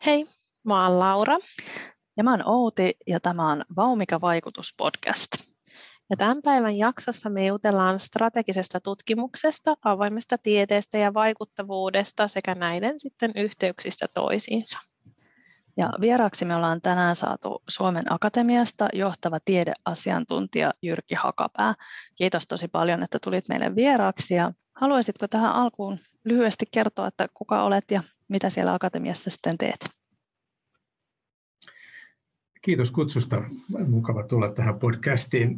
Hei, mä oon Laura. Ja mä oon Outi ja tämä on Vaumika-vaikutus-podcast. Ja tämän päivän jaksossa me jutellaan strategisesta tutkimuksesta, avoimesta tieteestä ja vaikuttavuudesta sekä näiden sitten yhteyksistä toisiinsa. Ja vieraaksi me ollaan tänään saatu Suomen Akatemiasta johtava tiedeasiantuntija Jyrki Hakapää. Kiitos tosi paljon, että tulit meille vieraaksi. Ja haluaisitko tähän alkuun lyhyesti kertoa, että kuka olet ja mitä siellä Akatemiassa sitten teet? Kiitos kutsusta. Mukava tulla tähän podcastiin.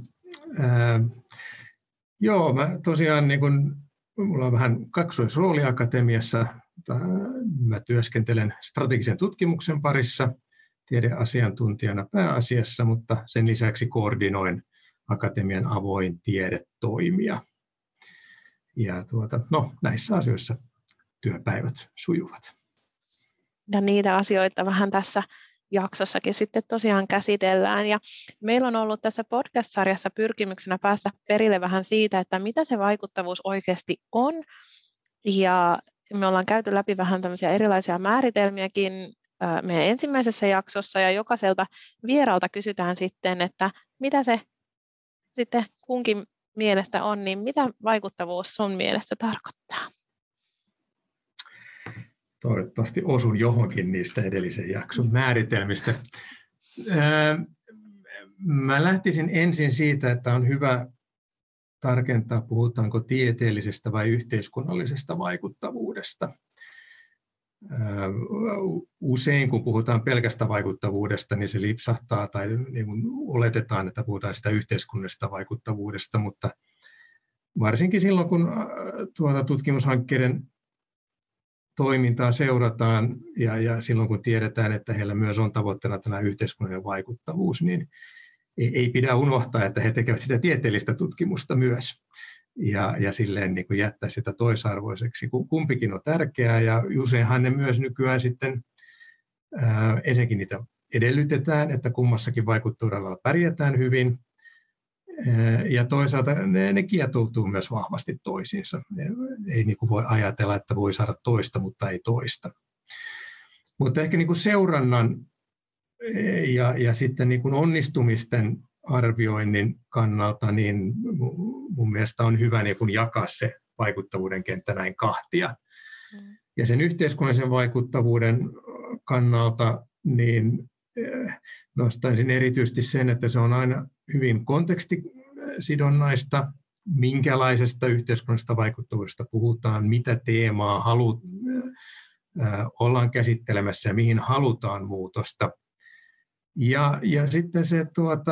Mä tosiaan, mulla on vähän kaksoisrooli Akatemiassa. Mä työskentelen strategisen tutkimuksen parissa tiedeasiantuntijana pääasiassa, mutta sen lisäksi koordinoin Akatemian avoin tiedetoimia. Ja näissä asioissa työpäivät sujuvat. Ja niitä asioita vähän tässä jaksossakin sitten tosiaan käsitellään. Ja meillä on ollut tässä podcast-sarjassa pyrkimyksenä päästä perille vähän siitä, että mitä se vaikuttavuus oikeasti on. Ja me ollaan käyty läpi vähän tämmöisiä erilaisia määritelmiäkin meidän ensimmäisessä jaksossa, ja jokaiselta vieralta kysytään sitten, että mitä se sitten kunkin mielestä on, niin mitä vaikuttavuus sun mielestä tarkoittaa? Toivottavasti osun johonkin niistä edellisen jakson määritelmistä. Mä lähtisin ensin siitä, että on hyvä tarkentaa, puhutaanko tieteellisestä vai yhteiskunnallisesta vaikuttavuudesta. Usein kun puhutaan pelkästä vaikuttavuudesta, niin se lipsahtaa tai niin oletetaan, että puhutaan sitä yhteiskunnallisesta vaikuttavuudesta, mutta varsinkin silloin, kun tutkimushankkeiden toimintaa seurataan ja silloin kun tiedetään, että heillä myös on tavoitteena tämä yhteiskunnallinen vaikuttavuus, niin ei pidä unohtaa, että he tekevät sitä tieteellistä tutkimusta myös ja silleen niin kuin jättää sitä toisarvoiseksi. Kumpikin on tärkeää ja useinhan ne myös nykyään sitten ensinnäkin niitä edellytetään, että kummassakin vaikuttavuudella pärjätään hyvin. Ja toisaalta ne kietoutuu myös vahvasti toisiinsa. Ei niin kuin voi ajatella, että voi saada toista, mutta ei toista. Mutta ehkä niin kuin seurannan ja sitten niin kuin onnistumisten arvioinnin kannalta, niin mun mielestä on hyvä niin kuin jakaa se vaikuttavuuden kenttä näin kahtia. Ja sen yhteiskunnallisen vaikuttavuuden kannalta niin nostaisin erityisesti sen, että se on aina hyvin kontekstisidonnaista, minkälaisesta yhteiskunnallisesta vaikuttavuudesta puhutaan, mitä teemaa ollaan käsittelemässä ja mihin halutaan muutosta. Ja sitten se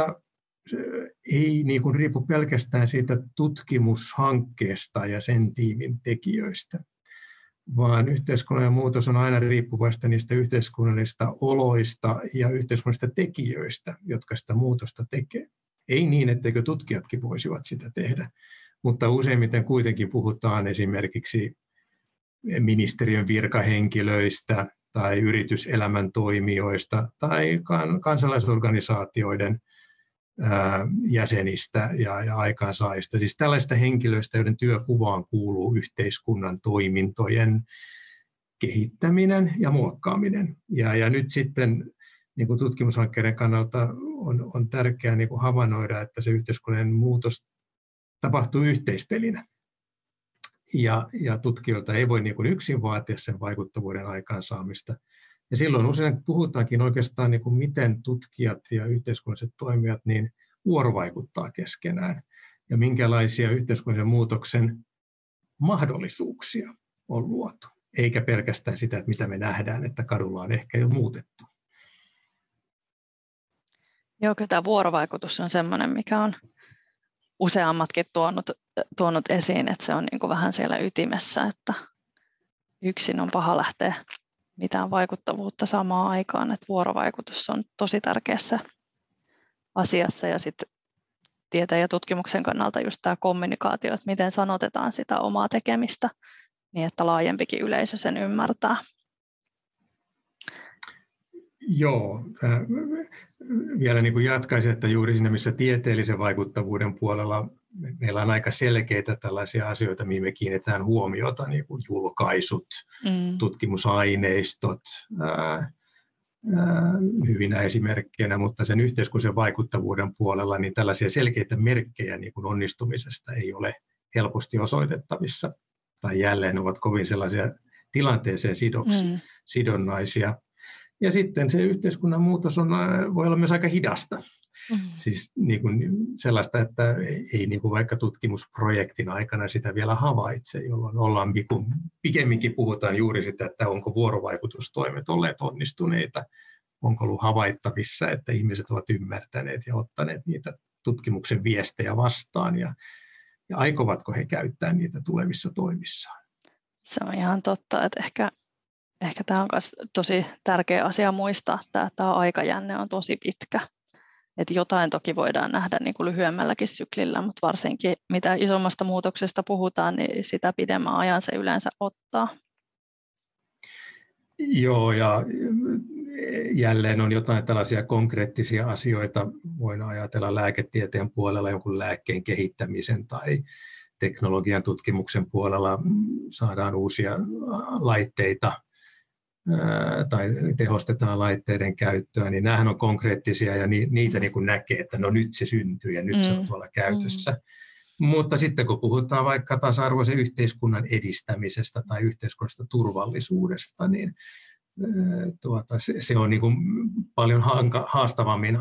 ei niin kuin riipu pelkästään siitä tutkimushankkeesta ja sen tiimin tekijöistä, vaan yhteiskunnallinen muutos on aina riippuvaista niistä yhteiskunnallisista oloista ja yhteiskunnallisista tekijöistä, jotka sitä muutosta tekee. Ei niin, etteikö tutkijatkin voisivat sitä tehdä, mutta useimmiten kuitenkin puhutaan esimerkiksi ministeriön virkahenkilöistä tai yrityselämän toimijoista tai kansalaisorganisaatioiden jäsenistä ja aikaansaajista, siis tällaista henkilöistä, joiden työkuvaan kuuluu yhteiskunnan toimintojen kehittäminen ja muokkaaminen. Ja nyt sitten niin kuin tutkimushankkeiden kannalta on tärkeää niin kuin havainnoida, että se yhteiskunnallinen muutos tapahtuu yhteispelinä. Ja tutkijoilta ei voi niin kuin yksin vaatia sen vaikuttavuuden aikaansaamista. Ja silloin usein puhutaankin oikeastaan, niin kuin miten tutkijat ja yhteiskunnalliset toimijat niin vuorovaikuttaa keskenään ja minkälaisia yhteiskunnallisen muutoksen mahdollisuuksia on luotu, eikä pelkästään sitä, että mitä me nähdään, että kadulla on ehkä jo muutettu. Joo, kyllä tämä vuorovaikutus on sellainen, mikä on useammatkin tuonut esiin, että se on niin kuin vähän siellä ytimessä, että yksin on paha lähteä mitään vaikuttavuutta samaan aikaan, että vuorovaikutus on tosi tärkeässä asiassa ja sitten tieteen ja tutkimuksen kannalta just tämä kommunikaatio, että miten sanotetaan sitä omaa tekemistä niin, että laajempikin yleisö sen ymmärtää. Joo, vielä niin kuin jatkaisin, että juuri siinä, missä tieteellisen vaikuttavuuden puolella meillä on aika selkeitä tällaisia asioita, mihin me kiinnitetään huomiota, niin kuin julkaisut, tutkimusaineistot, hyvinä esimerkkeinä, mutta sen yhteiskunnallisen vaikuttavuuden puolella niin tällaisia selkeitä merkkejä niin kuin onnistumisesta ei ole helposti osoitettavissa, tai jälleen ovat kovin sellaisia tilanteeseen sidonnaisia. Ja sitten se yhteiskunnan muutos voi olla myös aika hidasta. Siis niin kuin sellaista, että ei niin kuin vaikka tutkimusprojektin aikana sitä vielä havaitse, jolloin ollaan pikemminkin puhutaan juuri sitä, että onko vuorovaikutustoimet olleet onnistuneita, onko ollut havaittavissa, että ihmiset ovat ymmärtäneet ja ottaneet niitä tutkimuksen viestejä vastaan ja aikovatko he käyttää niitä tulevissa toimissaan. Se on ihan totta, että ehkä tämä on myös tosi tärkeä asia muistaa, että tämä aikajänne on tosi pitkä. Että jotain toki voidaan nähdä niin kuin lyhyemmälläkin syklillä, mutta varsinkin mitä isommasta muutoksesta puhutaan, niin sitä pidemmän ajan se yleensä ottaa. Joo, ja jälleen on jotain tällaisia konkreettisia asioita. Voin ajatella lääketieteen puolella jonkun lääkkeen kehittämisen tai teknologian tutkimuksen puolella saadaan uusia laitteita tai tehostetaan laitteiden käyttöä, niin nämähän on konkreettisia ja niitä niin kuin näkee, että no nyt se syntyy ja nyt se on tuolla käytössä. Mutta sitten kun puhutaan vaikka tasa-arvoisen yhteiskunnan edistämisestä tai yhteiskunnallisesta turvallisuudesta, niin se on niin kuin paljon haastavammin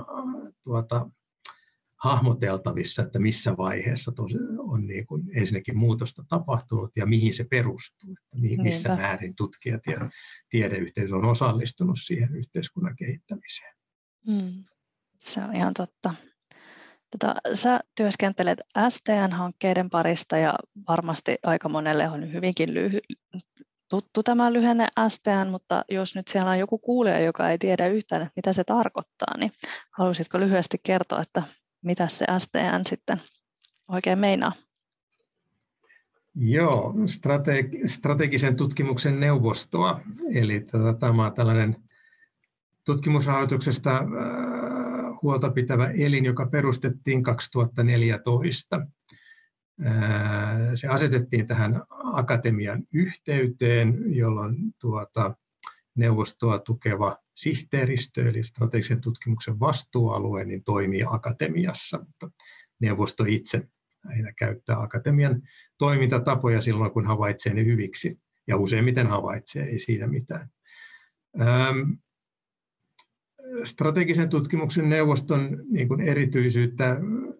hahmoteltavissa, että missä vaiheessa on niin kuin ensinnäkin muutosta tapahtunut ja mihin se perustuu, että missä määrin tutkijat ja tiedeyhteisö on osallistunut siihen yhteiskunnan kehittämiseen. Se on ihan totta. Sä työskentelet STN-hankkeiden parista ja varmasti aika monelle on hyvinkin tuttu tämä lyhenne STN, mutta jos nyt siellä on joku kuulija, joka ei tiedä yhtään, mitä se tarkoittaa, niin haluaisitko lyhyesti kertoa, että mitä se STN sitten oikein meinaa? Joo, strategisen tutkimuksen neuvostoa, eli tämä on tällainen tutkimusrahoituksesta huolta pitävä elin, joka perustettiin 2014. Se asetettiin tähän akatemian yhteyteen, jolloin neuvostoa tukeva sihteeristö, eli strategisen tutkimuksen vastuualue, niin toimii akatemiassa, mutta neuvosto itse aina käyttää akatemian toimintatapoja silloin, kun havaitsee ne hyviksi, ja useimmiten havaitsee, ei siinä mitään. Strategisen tutkimuksen neuvoston niin kuin erityisyyttä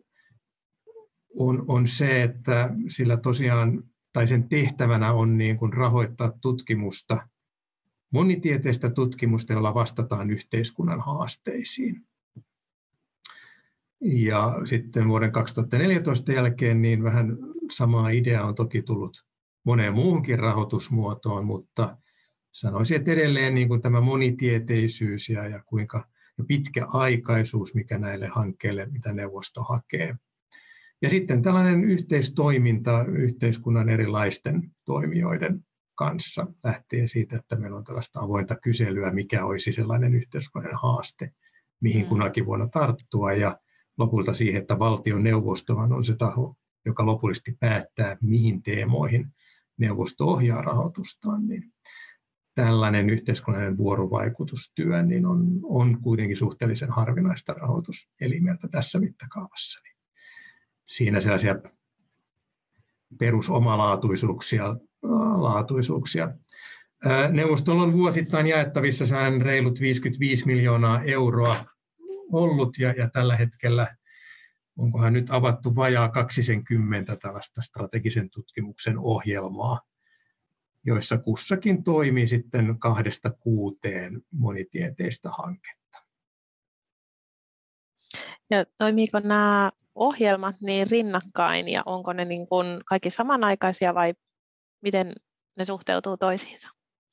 on se, että sillä tosiaan, tai sen tehtävänä on niin kuin rahoittaa tutkimusta, monitieteistä tutkimusta, jolla vastataan yhteiskunnan haasteisiin. Ja sitten vuoden 2014 jälkeen niin vähän samaa ideaa on toki tullut moneen muuhunkin rahoitusmuotoon, mutta sanoisin, että edelleen niin kuin tämä monitieteisyys ja pitkäaikaisuus, mikä näille hankkeille, mitä neuvosto hakee. Ja sitten tällainen yhteistoiminta yhteiskunnan erilaisten toimijoiden kanssa lähtee siitä, että meillä on tällaista avointa kyselyä, mikä olisi sellainen yhteiskunnan haaste, mihin kunakin vuonna tarttua, ja lopulta siihen, että valtioneuvostohan on se taho, joka lopullisesti päättää, mihin teemoihin neuvosto ohjaa rahoitustaan, niin tällainen yhteiskunnallinen vuorovaikutustyö niin on kuitenkin suhteellisen harvinaista rahoituselimeltä tässä mittakaavassa. Niin siinä sellaisia perusomalaatuisuuksia. Neuvostolla on vuosittain jaettavissa reilut 55 miljoonaa euroa ollut, ja tällä hetkellä onkohan nyt avattu vajaa 20 tällaista strategisen tutkimuksen ohjelmaa, joissa kussakin toimii sitten 2-6 monitieteistä hanketta. Ja toimiiko nämä ohjelmat niin rinnakkain ja onko ne niin kuin kaikki samanaikaisia vai miten ne suhteutuu toisiinsa?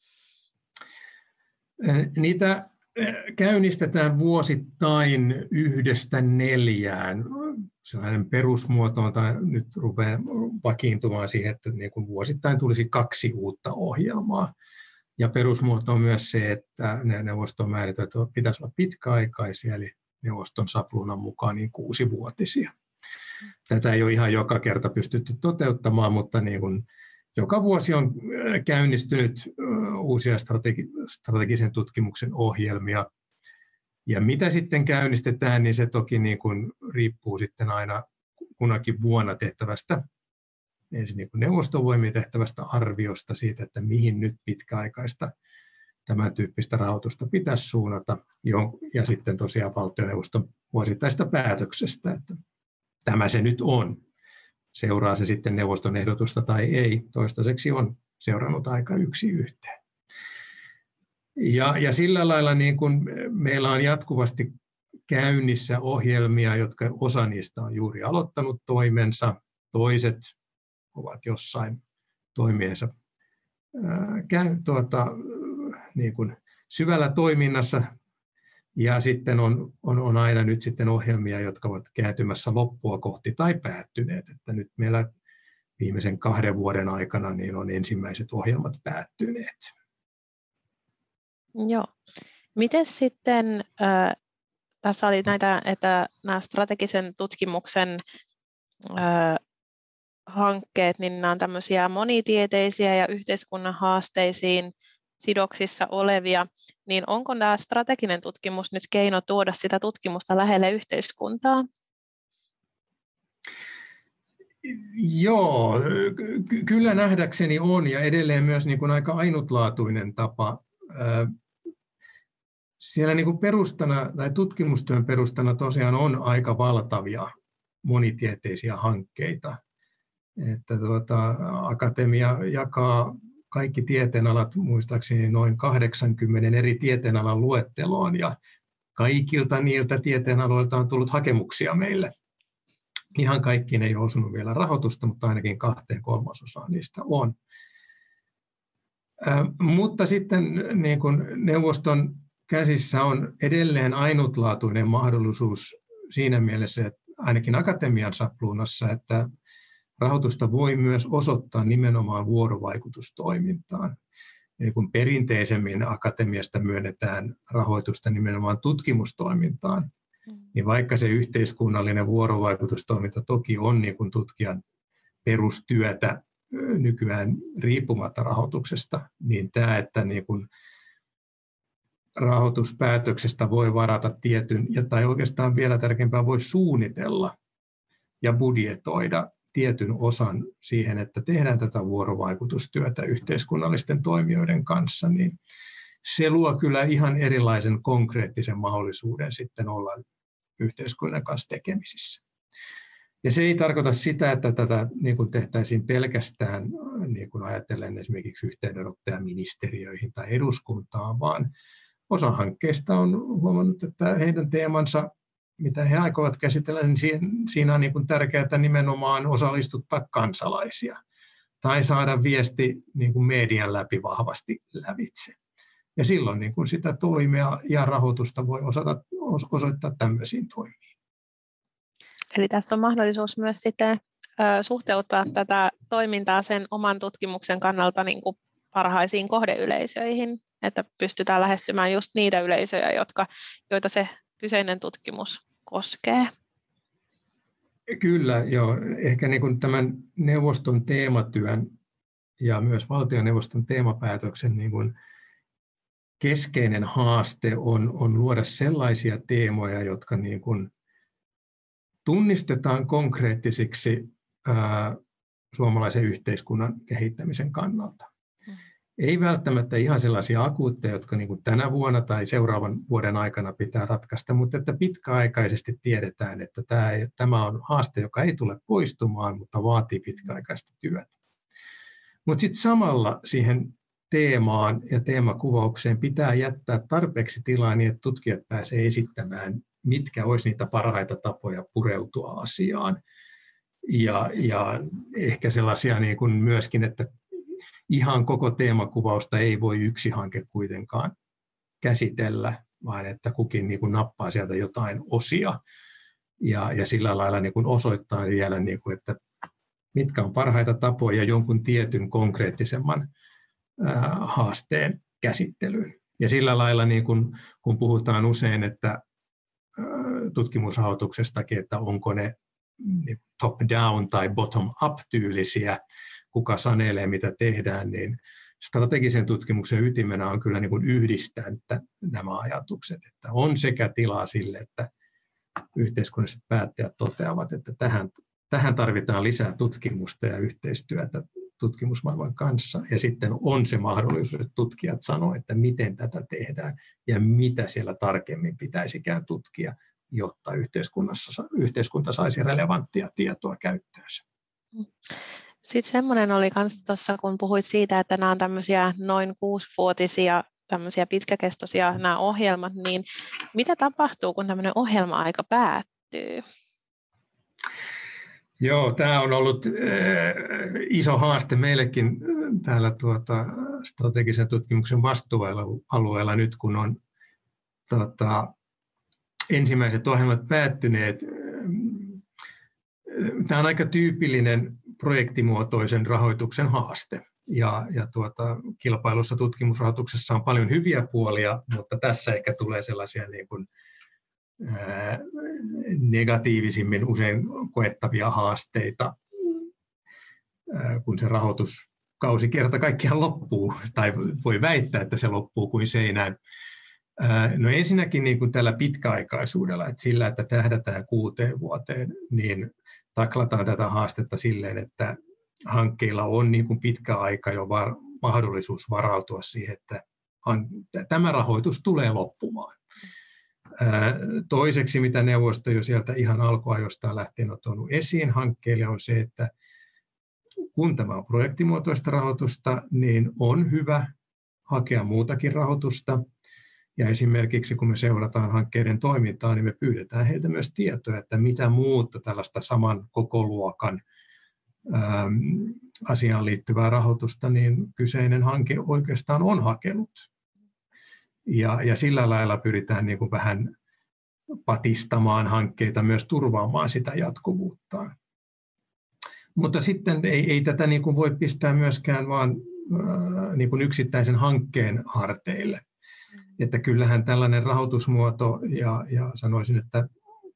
Niitä käynnistetään vuosittain 1-4. Sellainen perusmuoto on, tai nyt rupeaa vakiintumaan siihen, että niin kuin vuosittain tulisi 2 uutta ohjelmaa. Ja perusmuoto on myös se, että neuvosto on määritelty, että pitäisi olla pitkäaikaisia, eli neuvoston sapluunan mukaan niin 6-vuotisia. Tätä ei ole ihan joka kerta pystytty toteuttamaan, mutta niin kuin joka vuosi on käynnistynyt uusia strategisen tutkimuksen ohjelmia. Ja mitä sitten käynnistetään, niin se toki niin kuin riippuu sitten aina kunakin vuonna tehtävästä, ensin niin kuin neuvostovoimien tehtävästä arviosta siitä, että mihin nyt pitkäaikaista tämän tyyppistä rahoitusta pitäisi suunnata, ja sitten tosiaan valtioneuvoston vuosittaisesta päätöksestä, että tämä se nyt on. Seuraa se sitten neuvoston ehdotusta tai ei, toistaiseksi on seurannut aika yksi yhteen. Ja sillä lailla niin kun meillä on jatkuvasti käynnissä ohjelmia, jotka osa niistä on juuri aloittanut toimensa, toiset ovat jossain toimiensa niin kun syvällä toiminnassa, ja sitten on aina nyt sitten ohjelmia, jotka ovat kääntymässä loppua kohti tai päättyneet. Että nyt meillä viimeisen 2 vuoden aikana niin on ensimmäiset ohjelmat päättyneet. Joo. Miten sitten, tässä oli näitä, että nämä strategisen tutkimuksen hankkeet, niin nämä on tämmöisiä monitieteisiä ja yhteiskunnan haasteisiin sidoksissa olevia, niin onko tämä strateginen tutkimus nyt keino tuoda sitä tutkimusta lähelle yhteiskuntaa? Joo, kyllä nähdäkseni on, ja edelleen myös niin kuin aika ainutlaatuinen tapa. Siellä niin kuin perustana tai tutkimustyön perustana tosiaan on aika valtavia monitieteisiä hankkeita. Että akatemia jakaa kaikki tieteenalat muistaakseni noin 80 eri tieteenalan luetteloon, ja kaikilta niiltä tieteenaloilta on tullut hakemuksia meille. Ihan kaikkiin ei ole osunut vielä rahoitusta, mutta ainakin 2/3 niistä on. Mutta sitten niin kuin neuvoston käsissä on edelleen ainutlaatuinen mahdollisuus siinä mielessä, että ainakin akatemian sapluunassa, että rahoitusta voi myös osoittaa nimenomaan vuorovaikutustoimintaan. Eli kun perinteisemmin akatemiasta myönnetään rahoitusta nimenomaan tutkimustoimintaan, niin vaikka se yhteiskunnallinen vuorovaikutustoiminta toki on niin kuin tutkijan perustyötä nykyään riippumatta rahoituksesta, niin tämä, että niin kuin rahoituspäätöksestä voi varata tietyn, tai oikeastaan vielä tärkeämpää, voi suunnitella ja budjetoida tietyn osan siihen, että tehdään tätä vuorovaikutustyötä yhteiskunnallisten toimijoiden kanssa, niin se luo kyllä ihan erilaisen konkreettisen mahdollisuuden sitten olla yhteiskunnan kanssa tekemisissä. Ja se ei tarkoita sitä, että tätä niin kuin tehtäisiin pelkästään niin kuin ajatellen esimerkiksi yhteydenottoja ministeriöihin tai eduskuntaan, vaan osa hankkeista on huomannut, että heidän teemansa, mitä he aikovat käsitellä, niin siinä on niin kuin tärkeää nimenomaan osallistuttaa kansalaisia tai saada viesti niin kuin median läpi vahvasti lävitse. Ja silloin niin kuin sitä toimea ja rahoitusta voi osoittaa tämmöisiin toimiin. Eli tässä on mahdollisuus myös sitten suhteuttaa tätä toimintaa sen oman tutkimuksen kannalta niin kuin parhaisiin kohdeyleisöihin, että pystytään lähestymään just niitä yleisöjä, joita se kyseinen tutkimus koskee. Kyllä, joo. Ehkä niin kuin tämän neuvoston teematyön ja myös valtioneuvoston teemapäätöksen niin kuin keskeinen haaste on luoda sellaisia teemoja, jotka niin kuin tunnistetaan konkreettisiksi suomalaisen yhteiskunnan kehittämisen kannalta. Ei välttämättä ihan sellaisia akuutteja, jotka niin kuin tänä vuonna tai seuraavan vuoden aikana pitää ratkaista, mutta että pitkäaikaisesti tiedetään, että tämä on haaste, joka ei tule poistumaan, mutta vaatii pitkäaikaista työtä. Mutta sitten samalla siihen teemaan ja teemakuvaukseen pitää jättää tarpeeksi tilaa niin, että tutkijat pääsevät esittämään, mitkä olisi niitä parhaita tapoja pureutua asiaan. Ja ehkä sellaisia niin kuin myöskin, että ihan koko teemakuvausta ei voi yksi hanke kuitenkaan käsitellä, vaan että kukin niin kuin nappaa sieltä jotain osia ja sillä lailla niin kuin osoittaa vielä, niin kuin, että mitkä on parhaita tapoja jonkun tietyn konkreettisemman haasteen käsittelyyn. Ja sillä lailla, niin kun puhutaan usein, että tutkimusrahoituksestakin, että onko ne top-down tai bottom-up tyylisiä, kuka sanelee, mitä tehdään, niin strategisen tutkimuksen ytimenä on kyllä niin kuin yhdistää nämä ajatukset, että on sekä tilaa sille, että yhteiskunnalliset päättäjät toteavat, että tähän tarvitaan lisää tutkimusta ja yhteistyötä tutkimusmaailman kanssa. Ja sitten on se mahdollisuus, että tutkijat sanoo, että miten tätä tehdään ja mitä siellä tarkemmin pitäisikään tutkia, jotta yhteiskunta saisi relevanttia tietoa käyttöönsä. Sitten semmoinen oli myös tuossa, kun puhuit siitä, että nämä on tämmöisiä noin 6-vuotisia, tämmöisiä pitkäkestoisia nämä ohjelmat, niin mitä tapahtuu, kun tämmöinen ohjelma-aika päättyy? Joo, tämä on ollut iso haaste meillekin täällä strategisen tutkimuksen vastuualueella nyt, kun on ensimmäiset ohjelmat päättyneet. Tämä on aika tyypillinen projektimuotoisen rahoituksen haaste. Ja kilpailussa tutkimusrahoituksessa on paljon hyviä puolia, mutta tässä ehkä tulee sellaisia niin kuin, negatiivisimmin usein koettavia haasteita, kun se rahoituskausi kerta kaikkiaan loppuu, tai voi väittää, että se loppuu kuin seinään. No ensinnäkin niin kuin tällä pitkäaikaisuudella, että sillä, että tähdätään 6 vuoteen, niin taklataan tätä haastetta silleen, että hankkeilla on niin kuin pitkä aika jo mahdollisuus varautua siihen, että tämä rahoitus tulee loppumaan. Toiseksi, mitä neuvosto jo sieltä ihan alkuajostaan lähtien on tuonut esiin hankkeille, on se, että kun tämä on projektimuotoista rahoitusta, niin on hyvä hakea muutakin rahoitusta. Ja esimerkiksi kun me seurataan hankkeiden toimintaa, niin me pyydetään heiltä myös tietoa, että mitä muuta tällaista saman kokoluokan asiaan liittyvää rahoitusta, niin kyseinen hanke oikeastaan on hakenut. Ja sillä lailla pyritään niin kuin vähän patistamaan hankkeita, myös turvaamaan sitä jatkuvuutta. Mutta sitten ei tätä niin kuin voi pistää myöskään vaan niin kuin yksittäisen hankkeen harteille. Että kyllähän tällainen rahoitusmuoto ja sanoisin, että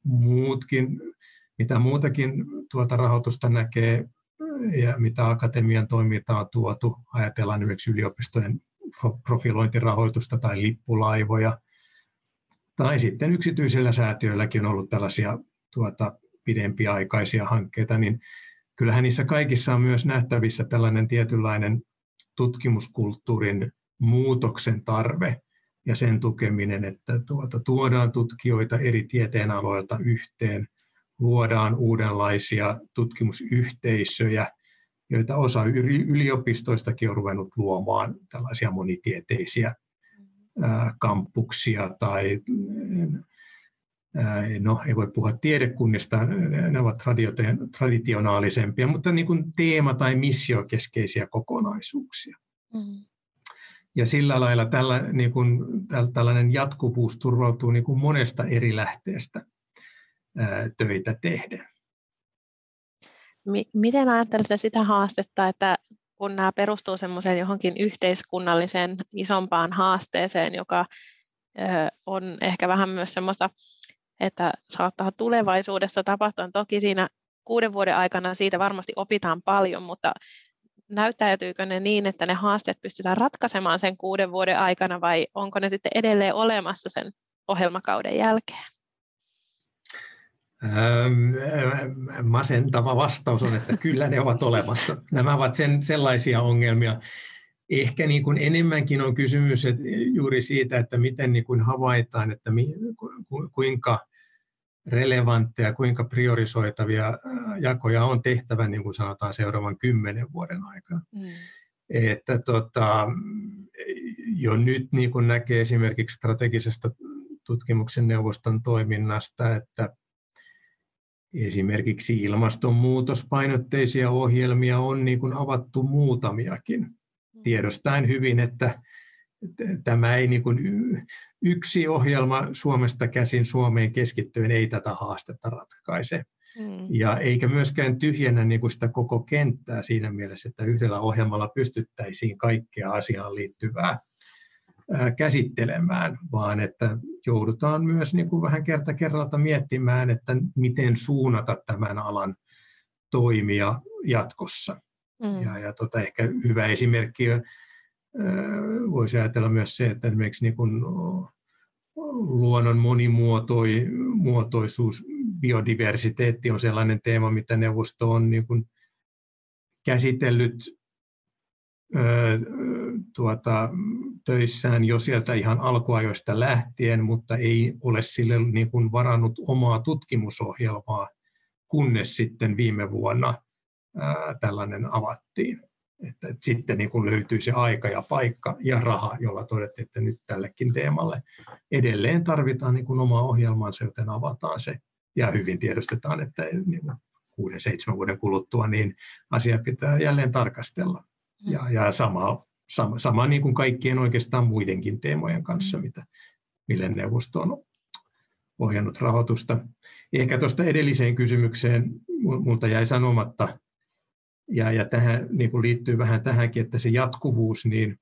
mitä muutakin tuota rahoitusta näkee ja mitä akatemian toimintaan on tuotu, ajatellaan esimerkiksi yliopistojen profilointirahoitusta tai lippulaivoja, tai sitten yksityisillä säätiöilläkin on ollut tällaisia pidempiaikaisia hankkeita, niin kyllähän niissä kaikissa on myös nähtävissä tällainen tietynlainen tutkimuskulttuurin muutoksen tarve ja sen tukeminen, että tuodaan tutkijoita eri tieteenaloilta yhteen, luodaan uudenlaisia tutkimusyhteisöjä, joita osa yliopistoistakin on ruvennut luomaan tällaisia monitieteisiä kampuksia tai, no ei voi puhua tiedekunnista, ne ovat traditionaalisempia, mutta niin kuin teema- tai missiokeskeisiä kokonaisuuksia. Mm-hmm. Ja sillä lailla tällainen jatkuvuus turvautuu niin kuin monesta eri lähteestä töitä tehden. Miten ajattelette sitä haastetta, että kun nämä perustuu semmoiseen johonkin yhteiskunnalliseen isompaan haasteeseen, joka on ehkä vähän myös semmoista, että saattaa tulevaisuudessa tapahtua. Toki siinä 6 vuoden aikana siitä varmasti opitaan paljon, mutta näyttäytyykö ne niin, että ne haasteet pystytään ratkaisemaan sen 6 vuoden aikana vai onko ne sitten edelleen olemassa sen ohjelmakauden jälkeen? Masentava vastaus on, että kyllä ne ovat olemassa. Nämä ovat sellaisia ongelmia. Ehkä niin kuin enemmänkin on kysymys juuri siitä, että miten niin kuin havaitaan, että kuinka relevantteja, kuinka priorisoitavia jakoja on tehtävä, niin kuin sanotaan, seuraavan 10 vuoden aikana. Että jo nyt niin kuin näkee esimerkiksi strategisesta tutkimuksen neuvoston toiminnasta, että esimerkiksi ilmastonmuutospainotteisia ohjelmia on niin kuin avattu muutamiakin. Tiedostaen hyvin, että tämä ei niin kuin yksi ohjelma Suomesta käsin Suomeen keskittyen ei tätä haastetta ratkaise. Ja eikä myöskään tyhjennä niin kuin sitä koko kenttää siinä mielessä, että yhdellä ohjelmalla pystyttäisiin kaikkea asiaan liittyvää käsittelemään, vaan että joudutaan myös niin kuin vähän kerta kerralta miettimään, että miten suunnata tämän alan toimia jatkossa. Ja ehkä hyvä esimerkki voisi ajatella myös se, että esimerkiksi niin kuin luonnon monimuotoisuus, biodiversiteetti on sellainen teema, mitä neuvosto on niin kuin käsitellyt töissään jo sieltä ihan alkuajoista lähtien, mutta ei ole sille niin kuin varannut omaa tutkimusohjelmaa, kunnes sitten viime vuonna tällainen avattiin. Että sitten niin kuin löytyi se aika ja paikka ja raha, jolla todettiin, että nyt tällekin teemalle edelleen tarvitaan niin kuin oma ohjelmansa, joten avataan se. Ja hyvin tiedostetaan, että niin 6-7 vuoden kuluttua niin asia pitää jälleen tarkastella. Ja sama niin kuin kaikkien oikeastaan muidenkin teemojen kanssa, mille neuvosto on ohjannut rahoitusta. Ehkä tuosta edelliseen kysymykseen minulta jäi sanomatta, ja tähän niin kuin liittyy vähän tähänkin, että se jatkuvuus, niin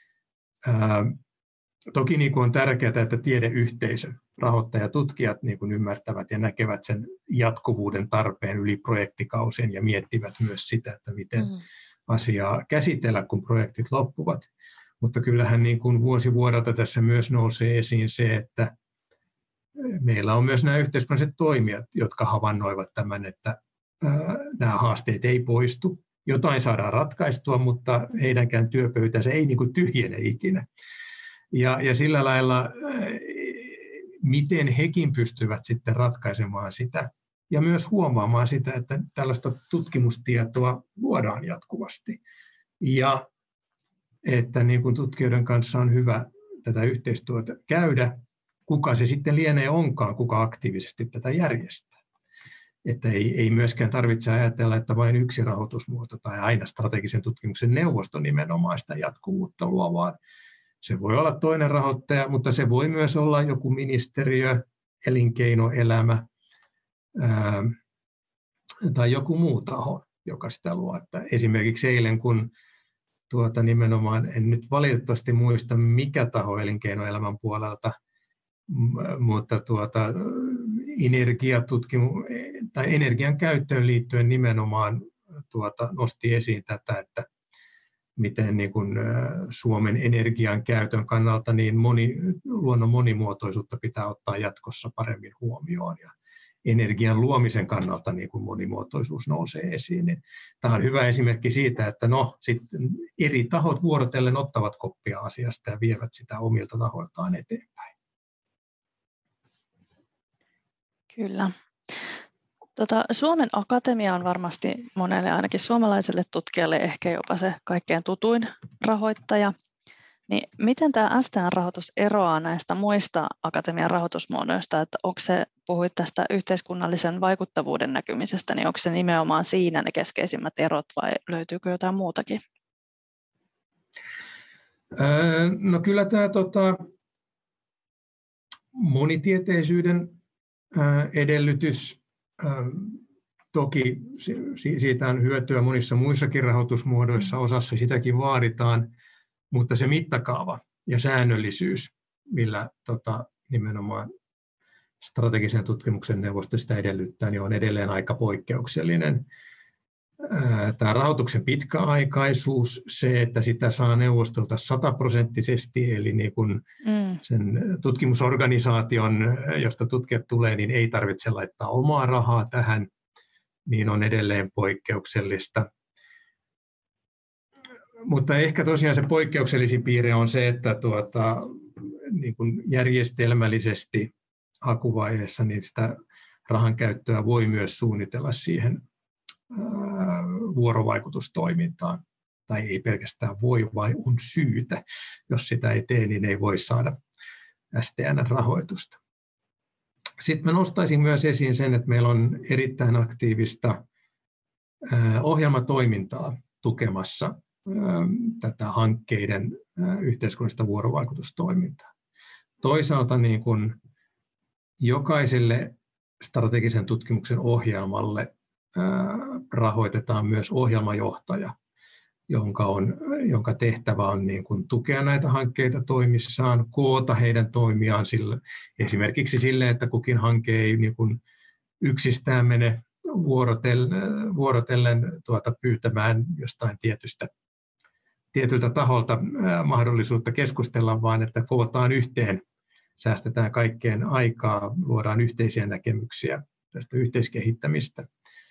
toki niin kuin on tärkeää, että tiedeyhteisö, rahoittajat, tutkijat niin kuin ymmärtävät ja näkevät sen jatkuvuuden tarpeen yli projektikausien ja miettivät myös sitä, että miten asiaa käsitellä, kun projektit loppuvat. Mutta kyllähän niin kuin vuosi vuodelta tässä myös nousee esiin se, että meillä on myös nämä yhteiskunnalliset toimijat, jotka havainnoivat tämän, että nämä haasteet ei poistu. Jotain saadaan ratkaistua, mutta heidänkään työpöytänsä ei niin kuin tyhjene ikinä. Ja sillä lailla, miten hekin pystyvät sitten ratkaisemaan sitä ja myös huomaamaan sitä, että tällaista tutkimustietoa luodaan jatkuvasti. Ja että niin kuin tutkijoiden kanssa on hyvä tätä yhteistyötä käydä, kuka se sitten lienee onkaan, kuka aktiivisesti tätä järjestää. Että ei myöskään tarvitse ajatella, että vain yksi rahoitusmuoto tai aina strategisen tutkimuksen neuvosto nimenomaan sitä jatkuvuutta luo, vaan se voi olla toinen rahoittaja, mutta se voi myös olla joku ministeriö, elinkeinoelämä tai joku muu taho, joka sitä luo. Että esimerkiksi eilen, kun nimenomaan, en nyt valitettavasti muista mikä taho elinkeinoelämän puolelta, mutta energian käyttöön liittyen nimenomaan nosti esiin tätä, että miten niin kuin Suomen energian käytön kannalta niin luonnon monimuotoisuutta pitää ottaa jatkossa paremmin huomioon ja energian luomisen kannalta niin kuin monimuotoisuus nousee esiin. Niin tämä on hyvä esimerkki siitä, että sitten eri tahot vuorotellen ottavat koppia asiasta ja vievät sitä omilta tahoiltaan eteenpäin. Kyllä. Suomen Akatemia on varmasti monelle, ainakin suomalaiselle tutkijalle, ehkä jopa se kaikkein tutuin rahoittaja. Niin miten tämä STN-rahoitus eroaa näistä muista akatemian rahoitusmuodoista? Että puhuit tästä yhteiskunnallisen vaikuttavuuden näkymisestä, niin onko se nimenomaan siinä ne keskeisimmät erot vai löytyykö jotain muutakin? No kyllä tämä monitieteisyyden edellytys, toki siitä on hyötyä monissa muissakin rahoitusmuodoissa, osassa sitäkin vaaditaan, mutta se mittakaava ja säännöllisyys, millä nimenomaan strategisen tutkimuksen neuvosto sitä edellyttää, niin on edelleen aika poikkeuksellinen. Tämä rahoituksen pitkäaikaisuus, se, että sitä saa neuvostolta 100%, eli niin kuin sen tutkimusorganisaation, josta tutkijat tulee, niin ei tarvitse laittaa omaa rahaa tähän, niin on edelleen poikkeuksellista. Mutta ehkä tosiaan se poikkeuksellisin piirre on se, että niin kuin järjestelmällisesti hakuvaiheessa niin sitä rahan käyttöä voi myös suunnitella siihen vuorovaikutustoimintaan. Tai ei pelkästään voi, vaan on syytä. Jos sitä ei tee, niin ei voi saada STN-rahoitusta. Sitten mä nostaisin myös esiin sen, että meillä on erittäin aktiivista ohjelmatoimintaa tukemassa tätä hankkeiden yhteiskunnallista vuorovaikutustoimintaa. Toisaalta niin kuin jokaiselle strategisen tutkimuksen ohjelmalle rahoitetaan myös ohjelmajohtaja, jonka tehtävä on niin kuin tukea näitä hankkeita toimissaan, koota heidän toimiaan esimerkiksi sille, että kukin hanke ei niin kuin yksistään mene vuorotellen pyytämään jostain tietyltä taholta mahdollisuutta keskustella, vaan että kootaan yhteen, säästetään kaikkeen aikaa, luodaan yhteisiä näkemyksiä tästä yhteiskehittämistä,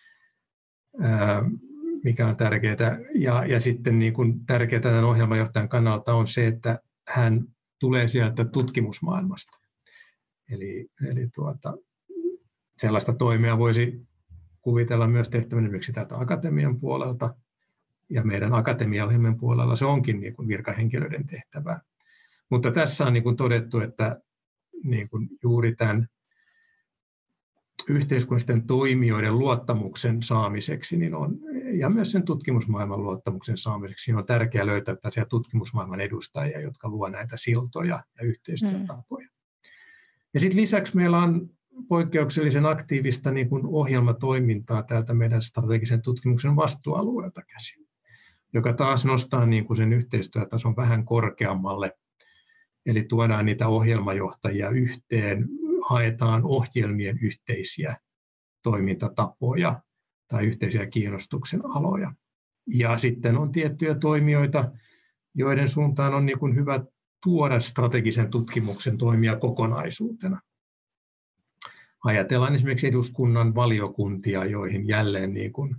mikä on tärkeää. Ja sitten niin kuin tärkeää tämän ohjelmanjohtajan kannalta on se, että hän tulee sieltä tutkimusmaailmasta. Eli sellaista toimia voisi kuvitella myös tehtävän esimerkiksi täältä akatemian puolelta, ja meidän akatemiaohjelmien puolella se onkin niin kuin virkahenkilöiden tehtävää. Mutta tässä on niin kuin todettu, että niin kuin juuri tämän yhteiskunnallisten toimijoiden luottamuksen saamiseksi ja myös sen tutkimusmaailman luottamuksen saamiseksi on tärkeää löytää tällaisia tutkimusmaailman edustajia, jotka luovat näitä siltoja ja yhteistyötapoja. Ja sitten lisäksi meillä on poikkeuksellisen aktiivista niin kuin ohjelmatoimintaa täältä meidän strategisen tutkimuksen vastuualueelta käsin, joka taas nostaa niin kuin sen yhteistyötason vähän korkeammalle. Eli tuodaan niitä ohjelmajohtajia yhteen, haetaan ohjelmien yhteisiä toimintatapoja tai yhteisiä kiinnostuksen aloja. Ja sitten on tiettyjä toimijoita, joiden suuntaan on niin kuin hyvä tuoda strategisen tutkimuksen toimia kokonaisuutena. Ajatellaan esimerkiksi eduskunnan valiokuntia, joihin jälleen niin kuin